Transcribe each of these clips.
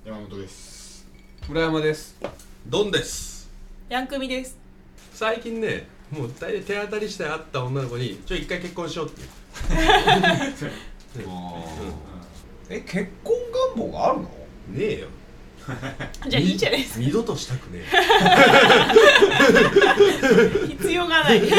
山本です。 村山です。 ドンです。 ヤンクミです。 最近ね、もう大体手当たり次第会った女の子に一回結婚しようって結婚願望があるの？ ねえよ。 じゃあいいじゃないですか。 二度としたくねえ必要がない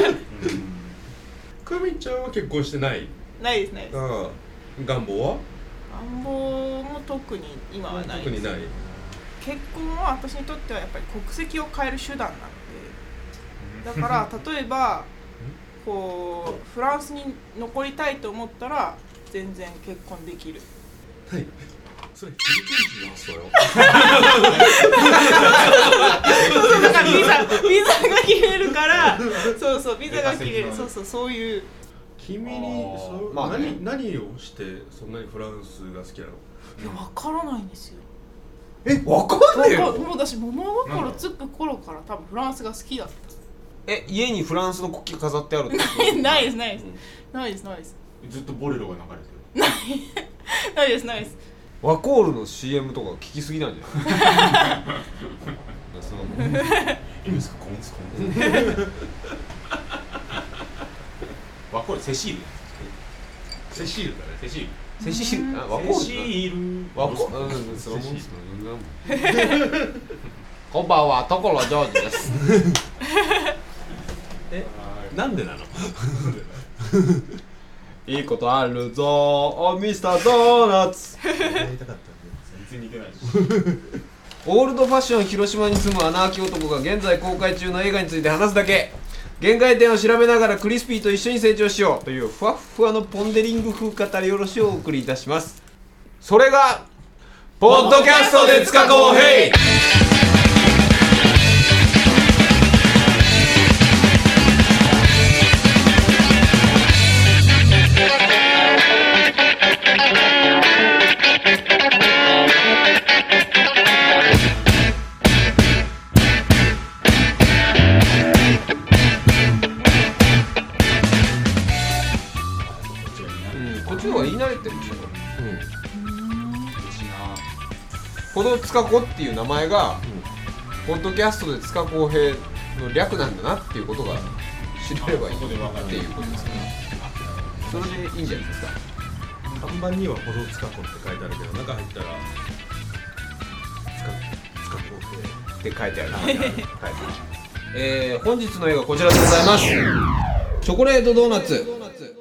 クミちゃんは結婚してない？ ないですないです。 願望は？ 願望も特に今はないです。 特にない。 結婚は私にとってはやっぱり国籍を変える手段なので、だから例えばこうフランスに残りたいと思ったら全然結婚できる。 はい。それフィリピン人の発想よ。 だからビザが切れるから、そうそうビザが切れる、そういう。 君にまあね、 何をしてそんなにフランスが好きなの？ いや分からないんですよ。 わかんねえよ。 もう私物心つく頃から多分フランスが好きだった。 家にフランスの国旗飾ってあるってないですないです、ないですないです。 ずっとボレロが流れてる。 ないですないです。 ワコールの CM とか聞きすぎなんじゃない？ いいんですか？コンスワコールセシール。 セシールだね。 セシール。 セシール、ワコール。 セシール。 ワコール、そのもんすの。こんばんは、所ジョージです。 なんでなの？ いいことあるぞミスタードーナツ。 やりたかったんで全然似てないし。 オールドファッション広島に住む穴あき男が現在公開中の映画について話すだけ。限界点を調べながらクリスピーと一緒に成長しようというふわっふわのポンデリング風語り下ろしをお送りいたします。それがポッドキャストでつかこうへい。こっちの方が言い慣れてるでしょ。ポドツカコっていう名前が、ポッドキャストでつかこうへいの略なんだなっていうことが知れればいいっていうことですから、それでいいんじゃないですか。 看板にはポドツカコって書いてあるけど、中入ったらつかこうって書いてある。本日の映画こちらでございます。チョコレートドーナツ。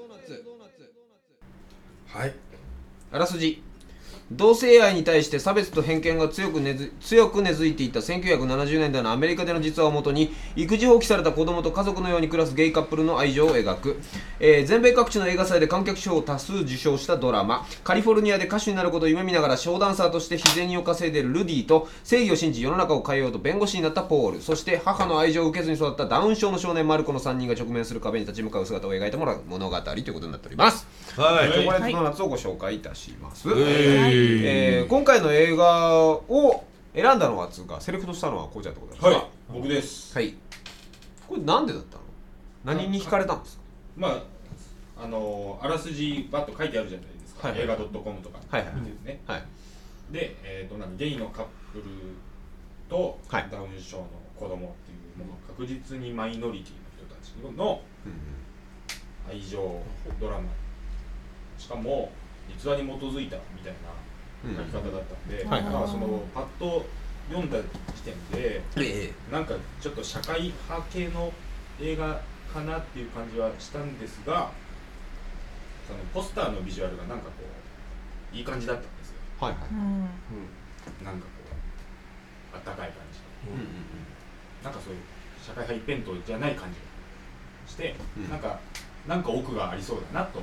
はい。 あらすじ。同性愛に対して差別と偏見が強く根付いていた1970年代のアメリカでの実話をもとに、育児放棄された子供と家族のように暮らすゲイカップルの愛情を描く、全米各地の映画祭で観客賞を多数受賞したドラマ。カリフォルニアで歌手になることを夢見ながらショーダンサーとして日銭を稼いでいるルディと、正義を信じ世の中を変えようと弁護士になったポール、そして母の愛情を受けずに育ったダウン症の少年マルコの3人が直面する壁に立ち向かう姿を描いてもらう物語ということになっております。 はい。 チョコレートドーナツをご紹介いたします。今回の映画を選んだのはつうかセレクトしたのはこうちゃんってことですか？ はい、僕です。 はい。これなんでだったの？何に惹かれたんですか？ まああらすじバッと書いてあるじゃないですか。映画 .com とか見てるね。 はい。 で、ゲイのカップルとダウン症の子供っていうもの確実にマイノリティの人たちの愛情ドラマ。しかも実話に基づいたみたいな書き方だったんで、そのパッと読んだ時点で、なんかちょっと社会派系の映画かなっていう感じはしたんですが、そのポスターのビジュアルがなんかこういい感じだったんですよ。 はいはい。 なんかこうあったかい感じで、なんかそういう社会派一辺倒じゃない感じがして、なんか奥がありそうだなと思って、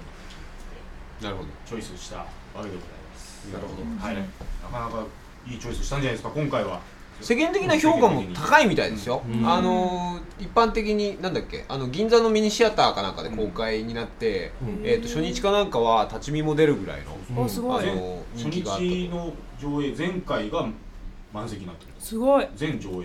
なるほど。 チョイスしたわけでございます。 なるほど。 はい。なかなかいいチョイスしたんじゃないですか今回は。 世間的な評価も高いみたいですよ。一般的になんだっけ、銀座のミニシアターかなんかで公開になって、初日かなんかは立ち見も出るぐらいのすごい人気があった。初日の上映前回が満席になってる。 すごい。 全上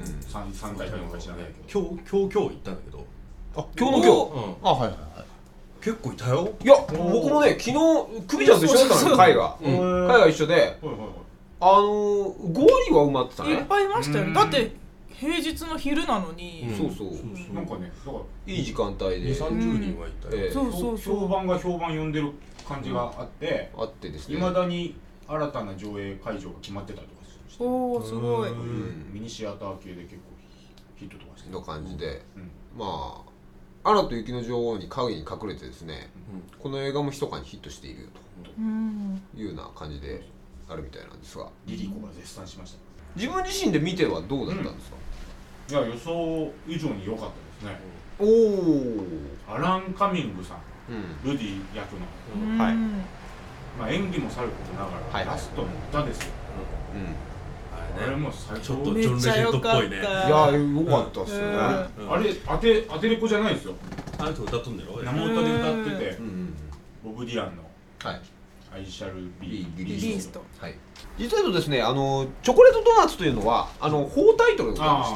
映が。3回か4回知らないけど。 今日行ったんだけど。 今日の今日。はいはいはい。 結構いたよ。 いや僕もね昨日クビちゃんと一緒だったのよ会が一緒で5割は埋まってたね。 いっぱいいましたよね。だって平日の昼なのに、 そうなんかねだからいい時間帯で 2、30人はいたよ。 そう評判が呼んでる感じがあってあってですね、 いまだに新たな上映会場が決まってたりとかして、 おおすごい。 ミニシアター系で結構ヒットとかしての感じで、 うんまあアナと雪の女王に影に隠れてですね、この映画も密かにヒットしているよというような感じであるみたいなんですが、 リリコが絶賛しました。 自分自身で見てはどうだったんですか？ いや予想以上に良かったですね。 おお、 アラン・カミングさん、ルディ役の、 はい、 まあ、演技もさることながら、ラストの歌ですよ。あれも最ちょっ高。 とジョン・レジェンドっぽいね。 いや良かったっすよね。 あれ当てれこじゃないですよ。 あれと歌っとんだろ。 生歌で歌ってて、ボブ・ディランのはいアイシャル・ビリリースト。 はい。実は言うとですね、チョコレートドーナツというのは邦タイトルでございまして、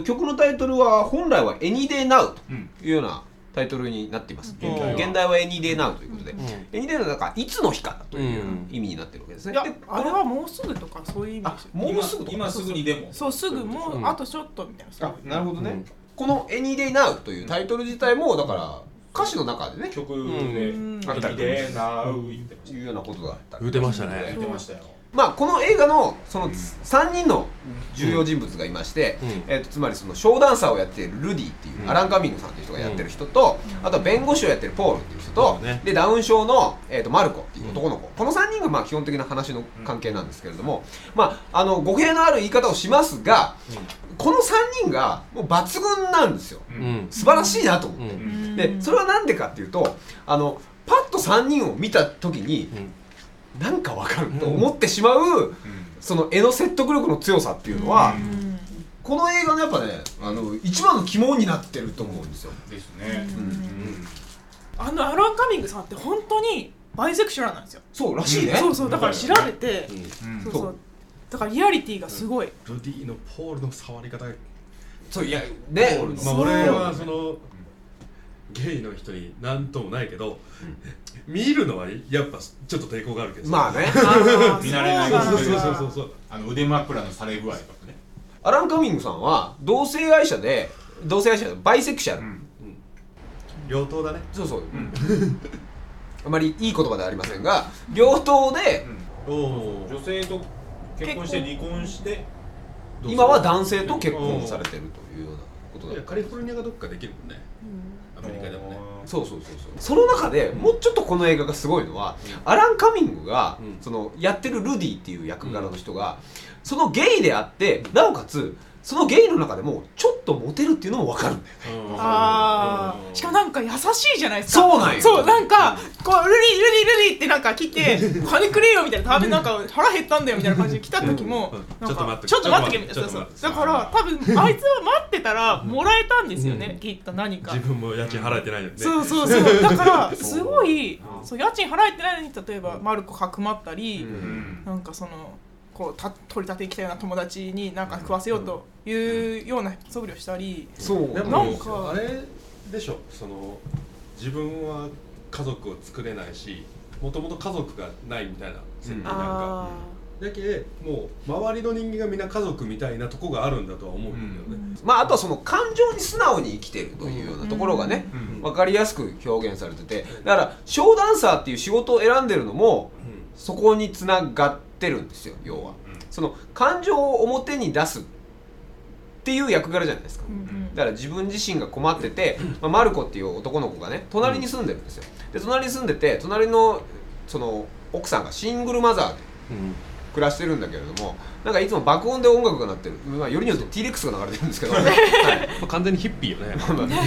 曲のタイトルは本来は Any Day Now というようなタイトルになっています。現代は Any Day Now ということで、Any Day Now だからいつの日かという意味になってるわけですね。 いやあれはもうすぐとかそういう意味ですよ。 もうすぐ今すぐにでも。 そうすぐもうあとちょっとみたいな。 なるほどね。この Any Day Now というタイトル自体もだから歌詞の中でね曲であったりとでないうようなことがあったり言ってましたね。 言ってましたよ。 まあこの映画のその3人の重要人物がいまして、つまりそのショーダンサーをやっているルディっていうアラン・カミングさんっていう人がやってる人と、あとは弁護士をやってるポールっていう人と、でダウン症のマルコっていう男の子、この3人がまあ基本的な話の関係なんですけれども、まあ語弊のある言い方をしますが、この3人がもう抜群なんですよ。素晴らしいなと思って。でそれはなんでかっていうとパッと3人を見た時に、なんかわかると思ってしまう、その絵の説得力の強さっていうのは、この映画のやっぱね一番の肝になってると思うんですよ。 ですね。 アラン・カミングさんって本当にバイセクシュアルなんですよ。 そうらしいね。 そうだから調べて、そうだからリアリティがすごい。 ルディのポールの触り方が、 そういやね、 まあ俺はそのゲイの人になんともないけど、見るのはやっぱちょっと抵抗があるけど、 まあね見慣れないそう腕枕のされ具合とかね。 アラン・カミングさんは同性愛者でバイセクシャル、 両党だね。 そうあまりいい言葉ではありませんが両党で、 女性と結婚して離婚して今は男性と結婚されてるというようなことだ。 カリフォルニアがどっかできるもんね、アメリカでもね。 そうその中でもうちょっとこの映画がすごいのは、アラン・カミングが、そのやってるルディっていう役柄の人が、そのゲイであってなおかつそのゲイの中でもちょっとモテるっていうのも分かるんだよね。 しかもなんか優しいじゃないですか。 そうなんよ。 そうなんかこうルリってなんか来て金くれよみたいな、食べなんか腹減ったんだよみたいな感じで来た時もなんかちょっと待ってけみたいな。だから多分あいつは待ってたらもらえたんですよね、きっと何か。 自分も家賃払えてないのにね。 そうだからすごいそう家賃払えてないのに例えばマルコかくまったり、なんかそのこう取り立てに来たような友達に何か食わせようというような素振りをしたり。 そうでもなんかあれでしょ、その自分は家族を作れないし、もともと家族がないみたいな設定なんか、だけもう周りの人間がみんな家族みたいなとこがあるんだとは思うんだよね。 まああとはその感情に素直に生きてるというようなところがね、分かりやすく表現されてて、だからショーダンサーっていう仕事を選んでるのもそこにつながってるんですよ。要はその感情を表に出すっていう役柄じゃないですか。だから自分自身が困ってて、マルコっていう男の子がね隣に住んでるんですよ。で隣に住んでて、隣のその奥さんがシングルマザーで暮らしてるんだけれども、なんかいつも爆音で音楽が鳴ってる、まあ、よりによって T-Rex が流れてるんですけど、はい、 完全にヒッピーよね。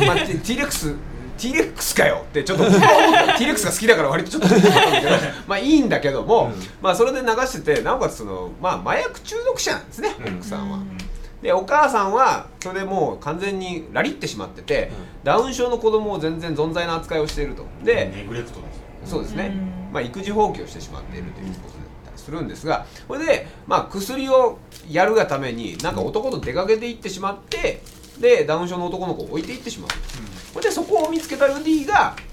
T-Rex かよってちょっとT-Rex が好きだから割とちょっと思ったんだけどまあいいんだけども、まあそれで流してて、なおかつその、まあ、麻薬中毒者なんですね、奥さんは。でお母さんはそれでもう完全にラリってしまってて、ダウン症の子供を全然存在な扱いをしていると。でネグレクトですよ。 そうですね、まあ、育児放棄をしてしまっているということだったりするんですが、これで、まあ、薬をやるがためになんか男と出かけていってしまって、でダウン症の男の子を置いていってしまう、それでそこを見つけたルディが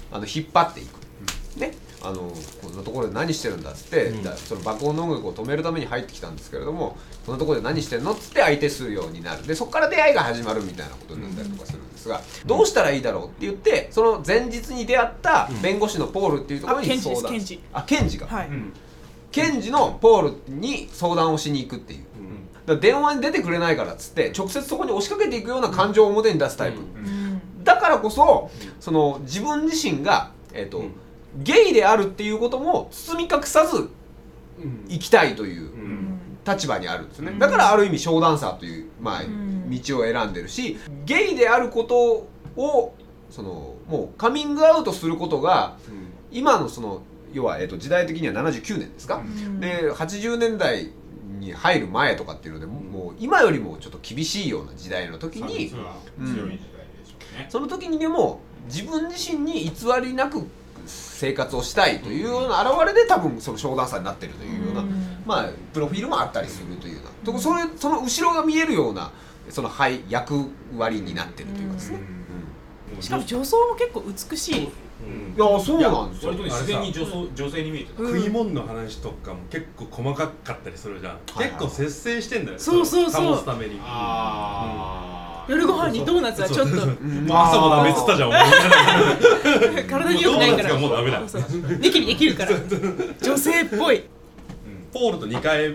引っ張っていく、ね、こんなところで何してるんだっつって、その爆音の音楽を止めるために入ってきたんですけれども、こんなところで何してんのっつって相手するようになる。でそこから出会いが始まるみたいなことになったりとかするんですが、どうしたらいいだろうって言って、その前日に出会った弁護士のポールっていうところに相談、検事が、はい、検事のポールに相談をしに行くっていう、だから電話に出てくれないからっつって直接そこに押しかけていくような感情を表に出すタイプ、だからこそ、その自分自身が、ゲイであるっていうことも包み隠さず生きたいという立場にあるんですね。だからある意味ショーダンサーという、まあ、道を選んでるし、ゲイであることをもうカミングアウトすることが、今の要は、時代的には79年ですか、で80年代に入る前とかっていうのでもう今よりもちょっと厳しいような時代の時に、その時にでも自分自身に偽りなく生活をしたいというような表れで多分そのショーダンサーになってるというような、まあプロフィールもあったりするというような、その後ろが見えるようなその役割になってるというかですね、 しかも女装も結構美しい。 いやそうなんですよ。 自然に女性に見えてた。 食い物の話とかも結構細かかったりするじゃん。結構節制してんだよ。 そうそうそう。 保つために。 夜ご飯にドーナツはちょっと朝もダメっつったじゃん。 体に良くないから。 もうダメだ。 ニキビできるから。女性っぽい。 ポールが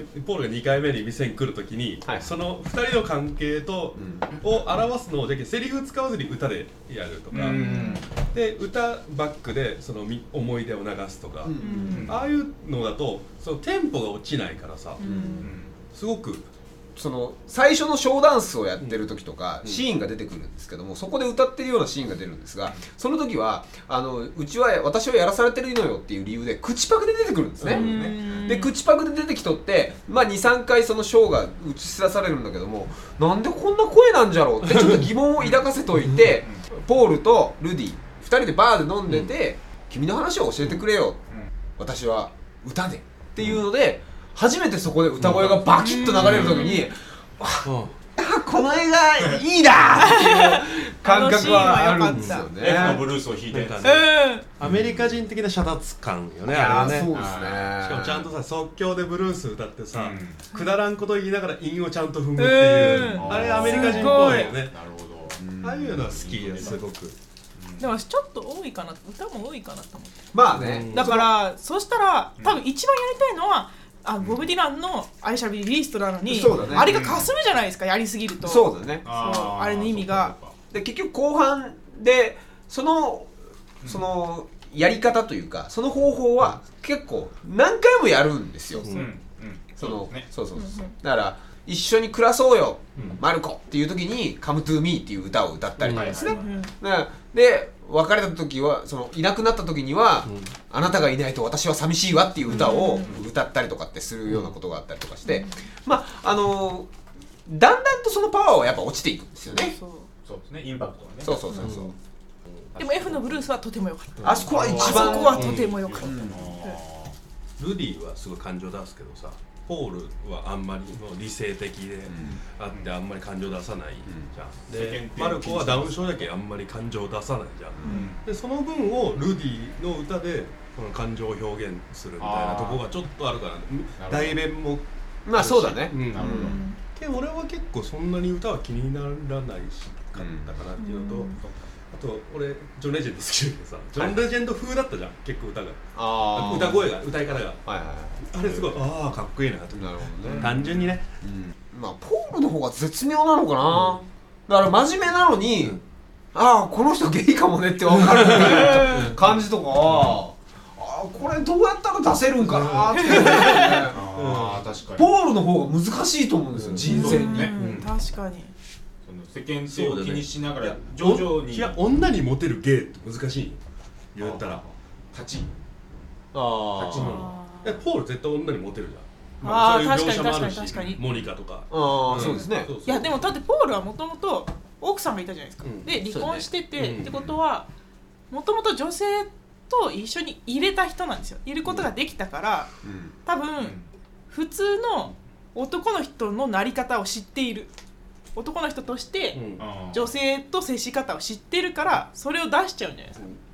2回目に店に来るときに、その2人の関係とを表すのをセリフ使わずに歌でやるとか、で歌バックでその思い出を流すとか、ああいうのだとそのテンポが落ちないからさ、すごくその最初のショーダンスをやってる時とかシーンが出てくるんですけども、そこで歌ってるようなシーンが出るんですが、その時は私はやらされてるのよっていう理由で口パクで出てくるんですね。で口パクで出てきとって、まあ 2,3 回そのショーが映し出されるんだけども、なんでこんな声なんじゃろうってちょっと疑問を抱かせといてポールとルディ2人でバーで飲んでて、君の話を教えてくれよ、私は歌でっていうので、初めてそこで歌声がバキッと流れるときに、この映画いいなっていう感覚はあるんですよね。 F のブルースを弾いてアメリカ人的な遮断感よね、あれはね。 そうですね。 しかもちゃんとさ、即興でブルース歌ってさ、くだらんこと言いながら韻をちゃんと踏むっていう、あれアメリカ人っぽいよね。 なるほど。 ああいうのは好きよ、すごく。 でもちょっと多いかな、歌も多いかなと思って。 まあね。 だからそしたら多分一番やりたいのはボブ・ディランの「I shall be released」なのに、あれがかすむじゃないですか、やりすぎると。 そうだね。 あれの意味がで、結局後半でそのやり方というか、その方法は結構何回もやるんですよ。そうだから一緒に暮らそうよ、マルコっていう時に「Come to me」っていう歌を歌ったりとかですね。で別れた時は、いなくなった時には、あなたがいないと私は寂しいわっていう歌を歌ったりとかってするようなことがあったりとかして、まあだんだんとそのパワーはやっぱ落ちていくんですよね。 そうですね、インパクトはね。 そうでも F のブルースはとても良かった。 あそこは一番、 あそこはとても良かった。 ルディはすごい感情出すけどさ、ポールはあんまり理性的であってあんまり感情出さないじゃん。でマルコはダウン症だけあんまり感情出さないじゃん。でその分をルディの歌でこの感情を表現するみたいなとこがちょっとあるから、代弁もまあそうだね。 なるほど。 で俺は結構そんなに歌は気にならないしかったかなっていうのと、あと俺ジョン・レジェンド好きだけどさ、ジョン・レジェンド風だったじゃん、結構歌が、歌声が、歌い方が、あれすごい、ああかっこいいなと。 なるほどね。 単純にね、 まあポールの方が絶妙なのかな。だから真面目なのに、ああこの人ゲイかもねって分かるみたいな感じとか、これどうやったら出せるんかなっていうね。 確かにポールの方が難しいと思うんですよ、人選に。 確かに。 世間体を気にしながら徐々に。 女にモテるゲイって難しい。言ったら立ち。 ポール絶対女にモテるじゃん。 ああそういう描写もあるし、 確かにモニカとか。 そうですね。 いやでもだってポールはもともと奥さんがいたじゃないですか。で離婚しててってことは、もともと女性と一緒に入れた人なんですよ。いることができたから、多分普通の男の人のなり方を知っている、男の人として女性と接し方を知ってるからそれを出しちゃうんじゃないですか。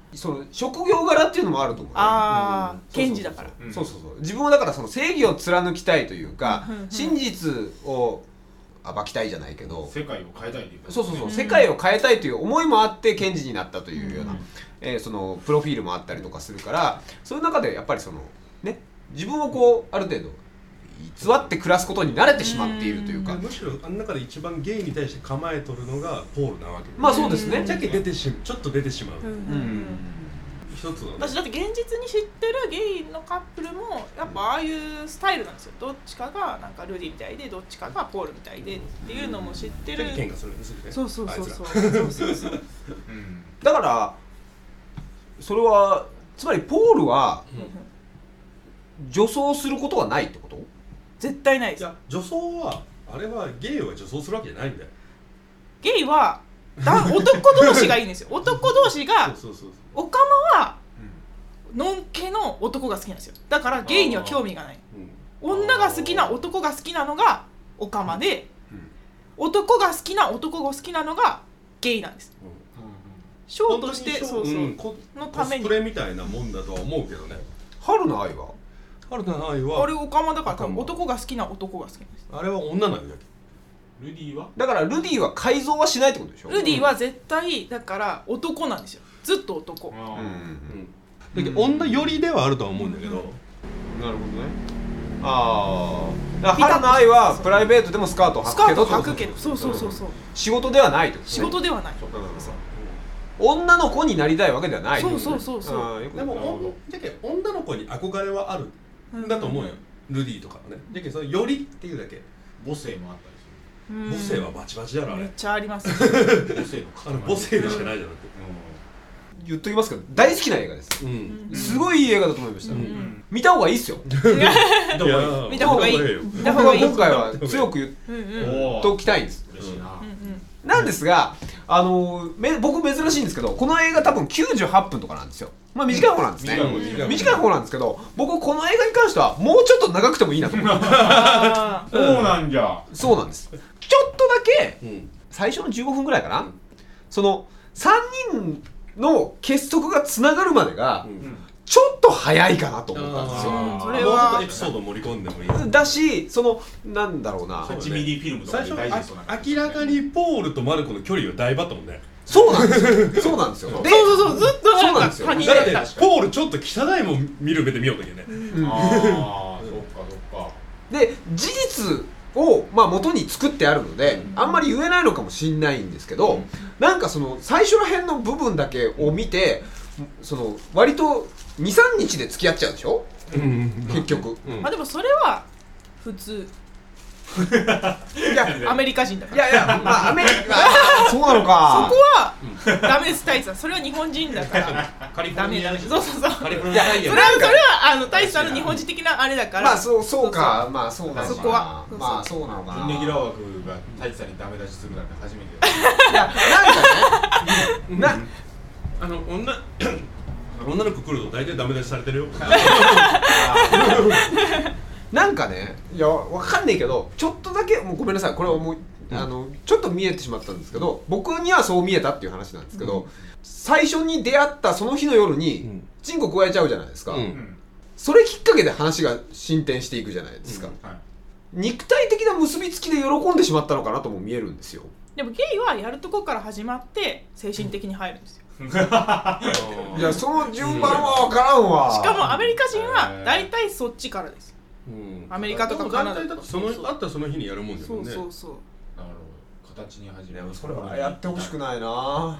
その職業柄っていうのもあると思う。 ああ、検事だから。 そうそうそう。自分はだからその正義を貫きたいというか、真実を暴きたいじゃないけど、 世界を変えたいというか、 そうそうそう、世界を変えたいという思いもあって検事になったというような、そのプロフィールもあったりとかするから、そういう中でやっぱりそのね、自分をこうある程度偽って暮らすことに慣れてしまっているというか、 むしろあの中で一番ゲイに対して構えとるのがポールなわけで、 まあそうですね。 じゃけちょっと出てしまう、一つの、ね、 私だって現実に知ってるゲイのカップルもやっぱああいうスタイルなんですよ。どっちかがなんかルディみたいで、どっちかがポールみたいでっていうのも知ってる。 喧嘩するんですよね。 そうそう。 だからそれはつまりポールは女装することはないってこと？ 絶対ないです。 いや、女装はあれはゲイは女装するわけじゃないんだよ。 ゲイは男同士がいいんですよ。男同士がオカマはのんけの男が好きなんですよ。だからゲイには興味がない。女が好きな男が好きなのがオカマで、男が好きな男が好きなのがゲイなんです。ショーとしてそうのためにコスプレみたいなもんだとは思うけどね。 春の愛はあれオカマだから男が好きな男が好きなんです。 あれは女なんだけど。ルディはだからルディは改造はしないってことでしょ？ ルディは絶対だから男なんですよ。ずっと男。 だけど女寄りではあるとは思うんだけど。 なるほどね。ああ。春の愛はプライベートでもスカートを履くけど。 そう。 仕事ではないと。 仕事ではない。 女の子になりたいわけではない。 そう。 でも女の子に憧れはあるんだと思うよ。ルディとかはね。だけどそのよりっていうだけ。 母性もあったりする。母性はバチバチだろあれ。 めっちゃあります。 母性の母性でしかないじゃなくて。 言っときますけど大好きな映画です。すごいいい映画だと思いました。見た方がいいっすよ。 見た方がいい。 今回は強く言っときたいんです。なんですが、僕珍しいんですけど、この映画多分98分とかなんですよ。まあ短い方なんですね。短い方なんですけど、僕この映画に関してはもうちょっと長くてもいいなと思います。 そうなんじゃ。 そうなんです。ちょっとだけ最初の15分ぐらいかな。その3人の結束がつながるまでがちょっと早いかなと思ったんですよ。 それはエピソード盛り込んでもいい。 だし、そのなんだろうな。 8ミリフィルムとかで大事ですよね。 明らかにポールとマルコの距離がだいぶあったもんね。 そうなんですよ。そうなんですよ。 そうずっとそうなんですよ。 だってポールちょっと汚いもん見る目で見ようときね。 ああ、そっか。 で事実をまあ元に作ってあるので、あんまり言えないのかもしれないんですけど、なんかその最初ら辺の部分だけを見て、その割と 2,3 日で付き合っちゃうでしょ、結局。 まあでもそれは普通。いやアメリカ人だから。 いやまあアメリカそうなのか。 そこはダメです。タイツさんそれは日本人だからカリフォルニア人。 そうカリフォルニアそれはタイツさんの日本人的なあれだから。 まあそうか。まあそうなのかな。 そこはまあそうなのかな。 レギュラー枠がタイツさんにダメ出しするなんて初めて。 いやなんかね女の子来ると大体ダメ出しされてるよ。 なんかね、いやわかんないけど、ちょっとだけもうごめんなさい、これはもうちょっと見えてしまったんですけど、僕にはそう見えたっていう話なんですけど、最初に出会ったその日の夜にチンコ加えちゃうじゃないですか。それきっかけで話が進展していくじゃないですか。肉体的な結びつきで喜んでしまったのかなとも見えるんですよ。 でもゲイはやるとこから始まって精神的に入るんですよ。 いやその順番は分からんわ。 しかもアメリカ人は大体そっちからです。アメリカとかカナダとかあったらその日にやるもんじゃんね。 そう。 なるほど。形に始める。 それはやってほしくないな。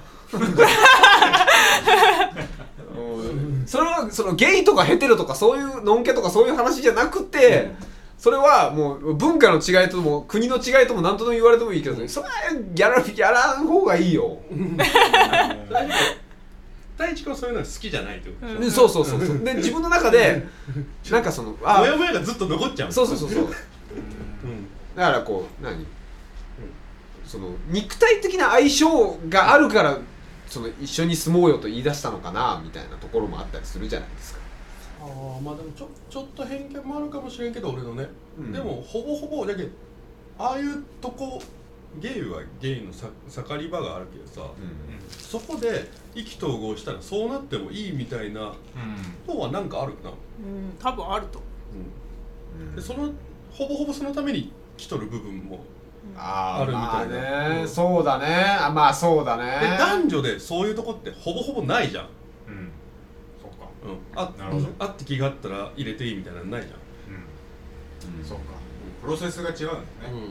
それはそのゲイとかヘテロとかそういうノンケとかそういう話じゃなくて、それはもう文化の違いとも国の違いとも何とでも言われてもいいけど、それはやらん方がいいよ。 大地君はそういうの好きじゃないってことでしょ。そうで自分の中でなんかそのモヤモヤがずっと残っちゃう。 そうだからこうその肉体的な相性があるからその一緒に住もうよと言い出したのかなみたいなところもあったりするじゃないですか。 まあでもちょっと偏見もあるかもしれんけど俺のね、でもほぼほぼだけああいうとこゲイはゲイの盛り場があるけどさ、そこで意気投合したらそうなってもいいみたいなのはなんかあるかな。 多分あると。 でそのほぼほぼそのために来とる部分もあるみたいな。 まあね、そうだね。まあそうだね。 で男女でそういうとこってほぼほぼないじゃん。 そっか。 なるほど。会って気があったら入れていいみたいなのないじゃん。 そうか。プロセスが違うんだね。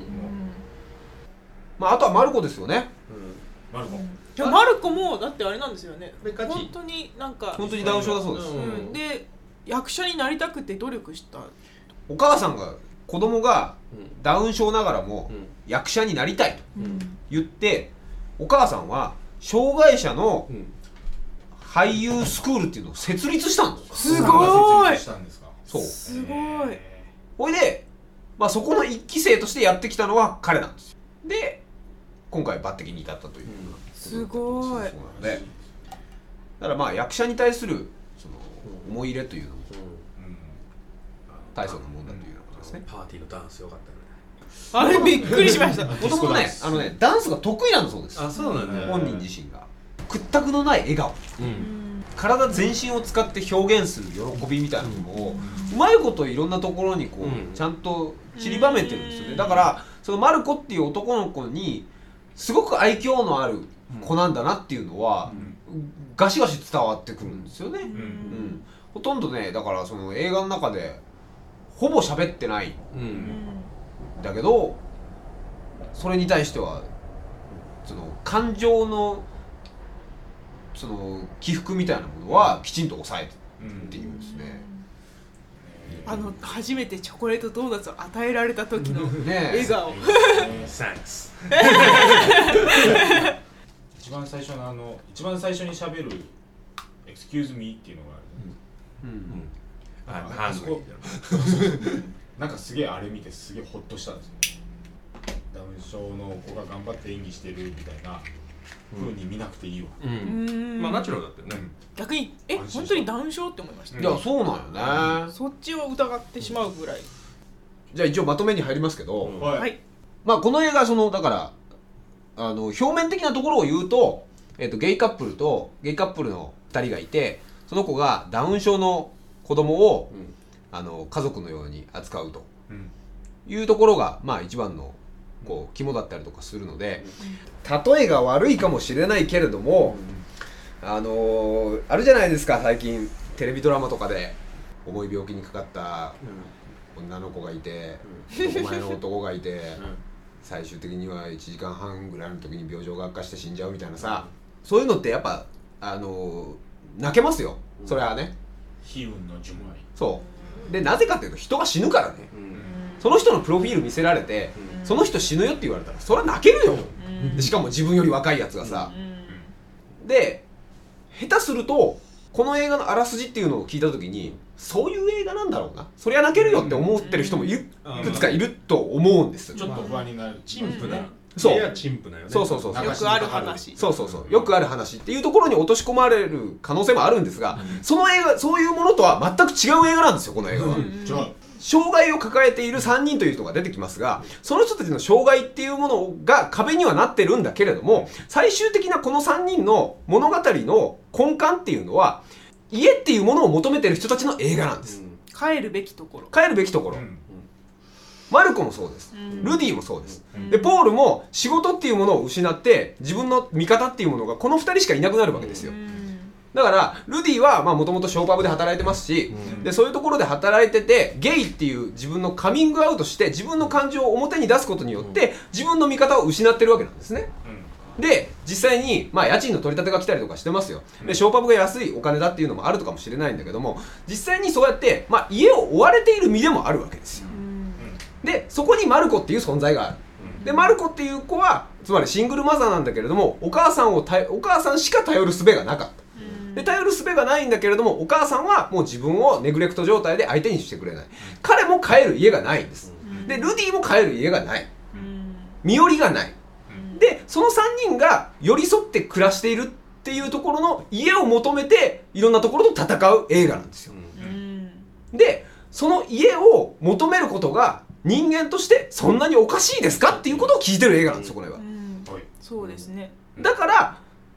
まああとはマルコですよね。 マルコ。 じゃあマルコもだってあれなんですよね。 で本当になんか本当にダウン症だそうです。 で役者になりたくて努力した。 お母さんが子供がダウン症ながらも役者になりたいと言って、お母さんは障害者の俳優スクールっていうのを設立したんです。 すごい。 そう。 すごい。 ほいで、まあそこの一期生としてやってきたのは彼なんですよ。で、今回抜擢に至ったという。 すごい。 そうなので、だからまあ役者に対するその思い入れというのも大層なもんだというようなことですね。 パーティーのダンスよかったよね。 あれびっくりしました。 もともとね、ダンスが得意なんだそうです。 あ、そうなんだ。 本人自身が屈託のない笑顔、体全身を使って表現する喜びみたいなものをうまいこといろんなところにこうちゃんと散りばめてるんですよね。だからそのマルコっていう男の子にすごく愛嬌のある子なんだなっていうのはガシガシ伝わってくるんですよね。ほとんどね、だからその映画の中でほぼ喋ってないんだけど、それに対してはその感情のその起伏みたいなものはきちんと抑えてっていうんですね。 初めてチョコレートドーナツを与えられた時の笑顔。 Thanks。 一番最初に喋る Excuse me っていうのがある。なんかすげえあれ見てすげえホッとしたんですよ。ダウン症の子が頑張って演技してるみたいな風に見なくていいわ。 まあナチュラルだったよね。 逆に本当にダウン症って思いました。 いや、そうなんよね。 そっちを疑ってしまうぐらい。 じゃあ一応まとめに入りますけど、 はい。 まあこの映画だから表面的なところを言うと、ゲイカップルの2人がいて、その子がダウン症の子供を、家族のように扱うというところが、まあ一番のこう肝だったりとかするので、例えが悪いかもしれないけれども、あるじゃないですか、最近テレビドラマとかで重い病気にかかった女の子がいて、男前の男がいて、最終的には1時間半ぐらいの時に病状が悪化して死んじゃうみたいなさ、そういうのってやっぱ泣けますよ、それはね。 悲運の純愛。 そうで、なぜかというと人が死ぬからね。その人のプロフィール見せられて、その人死ぬよって言われたらそれは泣けるよ。でしかも自分より若いやつがさ、で下手するとこの映画のあらすじっていうのを聞いた時に、そういう映画なんだろうな、そりゃ泣けるよって思ってる人もいくつかいると思うんですよ。 ちょっと不安になる。 陳腐な。 そう。 いや陳腐なよね。 そう。 よくある話。 そうよくある話っていうところに落とし込まれる可能性もあるんですが、その映画、そういうものとは全く違う映画なんですよ、この映画は。障害を抱えている3人という人が出てきますが、その人たちの障害っていうものが壁にはなってるんだけれども、最終的なこの3人の物語の根幹っていうのは、家っていうものを求めてる人たちの映画なんです。 帰るべきところ。 マルコもそうです。ルディもそうです。で、ポールも仕事っていうものを失って自分の味方っていうものがこの2人しかいなくなるわけですよ。だからルディはもともとショーパブで働いてますし、でそういうところで働いてて、ゲイっていう自分のカミングアウトして自分の感情を表に出すことによって自分の味方を失ってるわけなんですね。で実際に家賃の取り立てが来たりとかしてますよ。でショーパブが安いお金だっていうのもあるとかもしれないんだけども、実際にそうやって家を追われている身でもあるわけですよ。でそこにマルコっていう存在がある。でマルコっていう子はつまりシングルマザーなんだけれども、お母さんしか頼る術がなかった。で頼る術がないんだけれども、お母さんはもう自分をネグレクト状態で相手にしてくれない。彼も帰る家がないんです。でルディも帰る家がない。身寄りがない。でその3人が寄り添って暮らしているっていうところの家を求めていろんなところと戦う映画なんですよ。でその家を求めることが人間としてそんなにおかしいですかっていうことを聞いてる映画なんですよこれは。 そうですね。 だから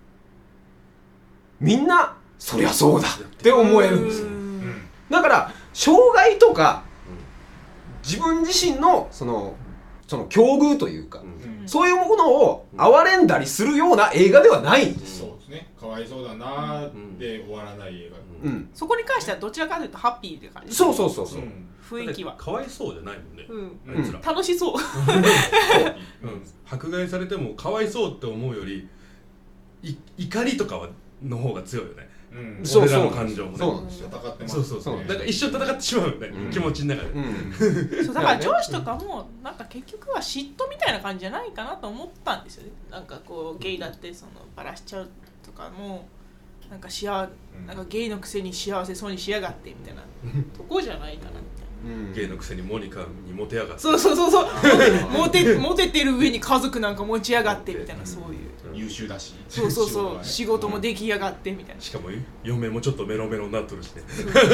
みんなそりゃそうだって思えるんですよ。だから障害とか自分自身のその境遇というか、そういうものを哀れんだりするような映画ではないんです。 そうですね。かわいそうだなーで終わらない映画。 そこに関してはどちらかというとハッピーって感じ。 そう。 雰囲気はかわいそうじゃないもんね。 楽しそう。 迫害されてもかわいそうって思うより怒りとかの方が強いよね。俺らの感情もね。 そうなんですよ。 戦ってます。 そう。だから一緒に戦ってしまうよね。気持ちの中で。 そうだから上司とかもなんか結局は嫉妬みたいな感じじゃないかなと思ったんですよね。なんかこうゲイだってそのバラしちゃうとかもなんかゲイのくせに幸せそうにしやがってみたいなとこじゃないかなみたいな。 ゲイのくせにモニカにモテやがって。 そう。モテてる上に家族なんか持ちやがってみたいな、そういう。 優秀だし。 そう仕事もできやがってみたいな。 しかも嫁もちょっとメロメロになっとるしね。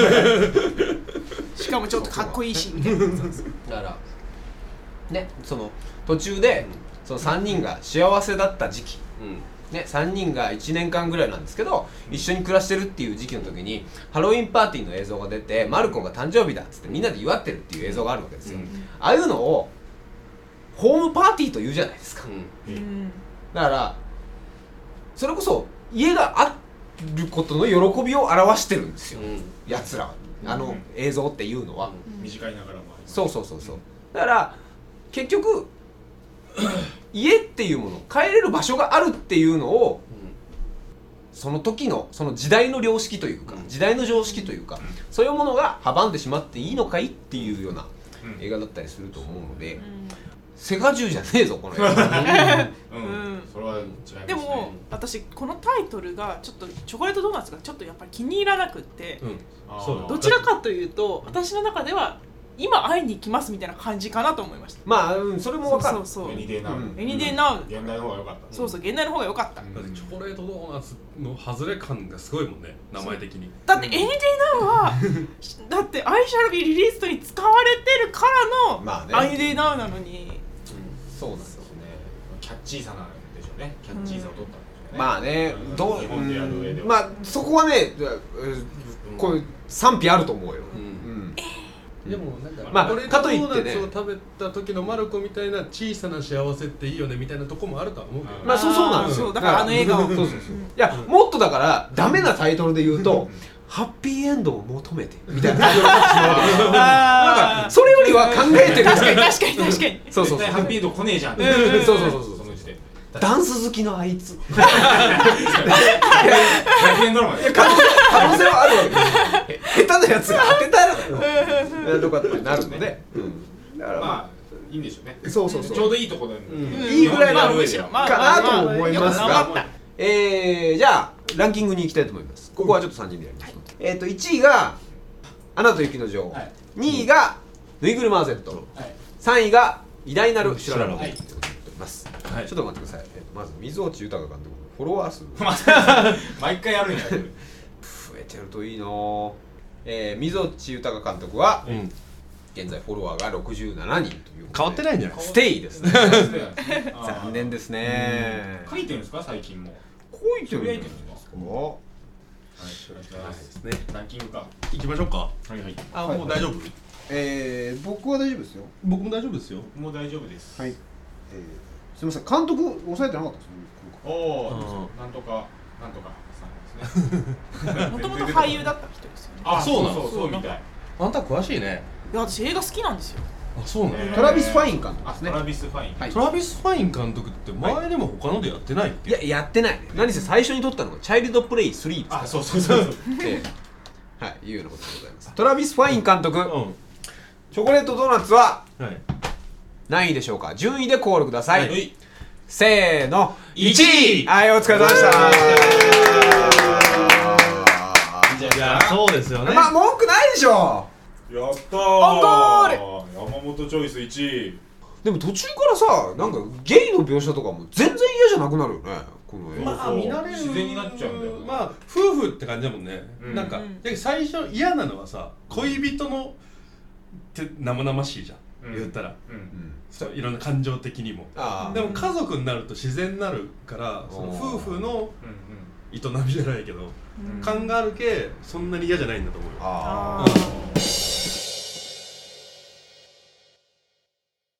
しかもちょっとかっこいいしみたいな。 だからね、その途中でその3人が幸せだった時期、ね、3人が1年間ぐらいなんですけど一緒に暮らしてるっていう時期の時にハロウィンパーティーの映像が出てマルコが誕生日だっつってみんなで祝ってるっていう映像があるわけですよ。ああいうのをホームパーティーと言うじゃないですか。だからそれこそ家があることの喜びを表してるんですよ、やつらは。あの映像っていうのは短いながらもあります。 そう。だから結局家っていうもの帰れる場所があるっていうのを、その時のその時代の良識というか、時代の常識というか、そういうものが阻んでしまっていいのかいっていうような映画だったりすると思うので、セガ中じゃねえぞこの映画。 それは違いますね。 でも私このタイトルがちょっとチョコレートドーナツがちょっとやっぱり気に入らなくって、どちらかというと私の中では今会いに行きますみたいな感じかなと思いました。 まあ、それも分かる。 エニデイナウ。 エニデイナウ。 現代の方が良かった。 そう現代の方が良かった。 だってチョコレートドーナツの外れ感がすごいもんね、名前的に。 だってエニデイナウはだってアイシャルビーリリーストに使われてるからのアイデイナウなのに。 そうなんですよね。 キャッチーさなんでしょうね。キャッチーさを取ったんでしょうね。 まあね、 日本でやる上では。 まあそこはね、これ賛否あると思うよ。 でもなんか、 まあ、 これかといってね、 ドーナツを食べた時のマルコみたいな小さな幸せっていいよねみたいなとこもあるとは思うけど、 まあそうなんですよ。 だからあの映画をいやもっとだからダメなタイトルで言うとハッピーエンドを求めてみたいな感じのなんかそれよりは考えてる。 確かにそう絶対ハッピーエンド来ねえじゃん。 そうその時点ダンス好きのあいつ。 100円ドラマで可能性はあるわけです。下手なやつが当てたらとかってなるので、だからまあいいんでしょうね。 そうちょうどいいところでいいぐらいのむしろかなとも思いますが、じゃあランキングに行きたいと思います。ここはちょっと3人でやります。1位がアナと雪の女王、2位がぬいぐるま Z、3位が偉大なる修羅場ということになっております。ちょっと待ってください。まず水落豊監督のフォロワー数毎回やるんや。 増えてるといいな。水落豊監督は現在フォロワーが67人という変わってないんじゃないステイですね。残念ですね。 書いてるんですか最近も。 書いてるんですか。 ランキングか。 行きましょうか。 はいはい。 あ、もう大丈夫。 僕は大丈夫ですよ。 僕も大丈夫ですよ。 もう大丈夫です。 はい。すみません、監督抑えてなかったですね。 おお、なんとかさんですね。 もともと俳優だった人ですよね。 あ、そうなの。そうみたい。 あんた詳しいね。 いや、私映画好きなんですよ。 あ、そうなの。 トラビス・ファイン監督ですね。 トラビス・ファイン。 トラビス・ファイン監督って前でも他のでやってないっけ？ いや、やってない。何せ最初に撮ったのがチャイルドプレイ3です。 あ、そう。 はい、いうようなことでございます。トラビス・ファイン監督、チョコレートドーナツは何位でしょうか。順位でコールください。せーの、1位。はい、お疲れ様でした。 いや、そうですよね。 まあ文句ないでしょ。 やったー。山本チョイス1位。 でも途中からさ、なんかゲイの描写とかも全然嫌じゃなくなるよね。この映画。 まあ見慣れる。 自然になっちゃうんだよ。 まあ夫婦って感じだもんね。なんか最初嫌なのはさ、恋人のって生々しいじゃん。 言ったら、 うんそういろんな感情的にも。でも家族になると自然になるからその夫婦の営みじゃないけど、勘があるけそんなに嫌じゃないんだと思うよ。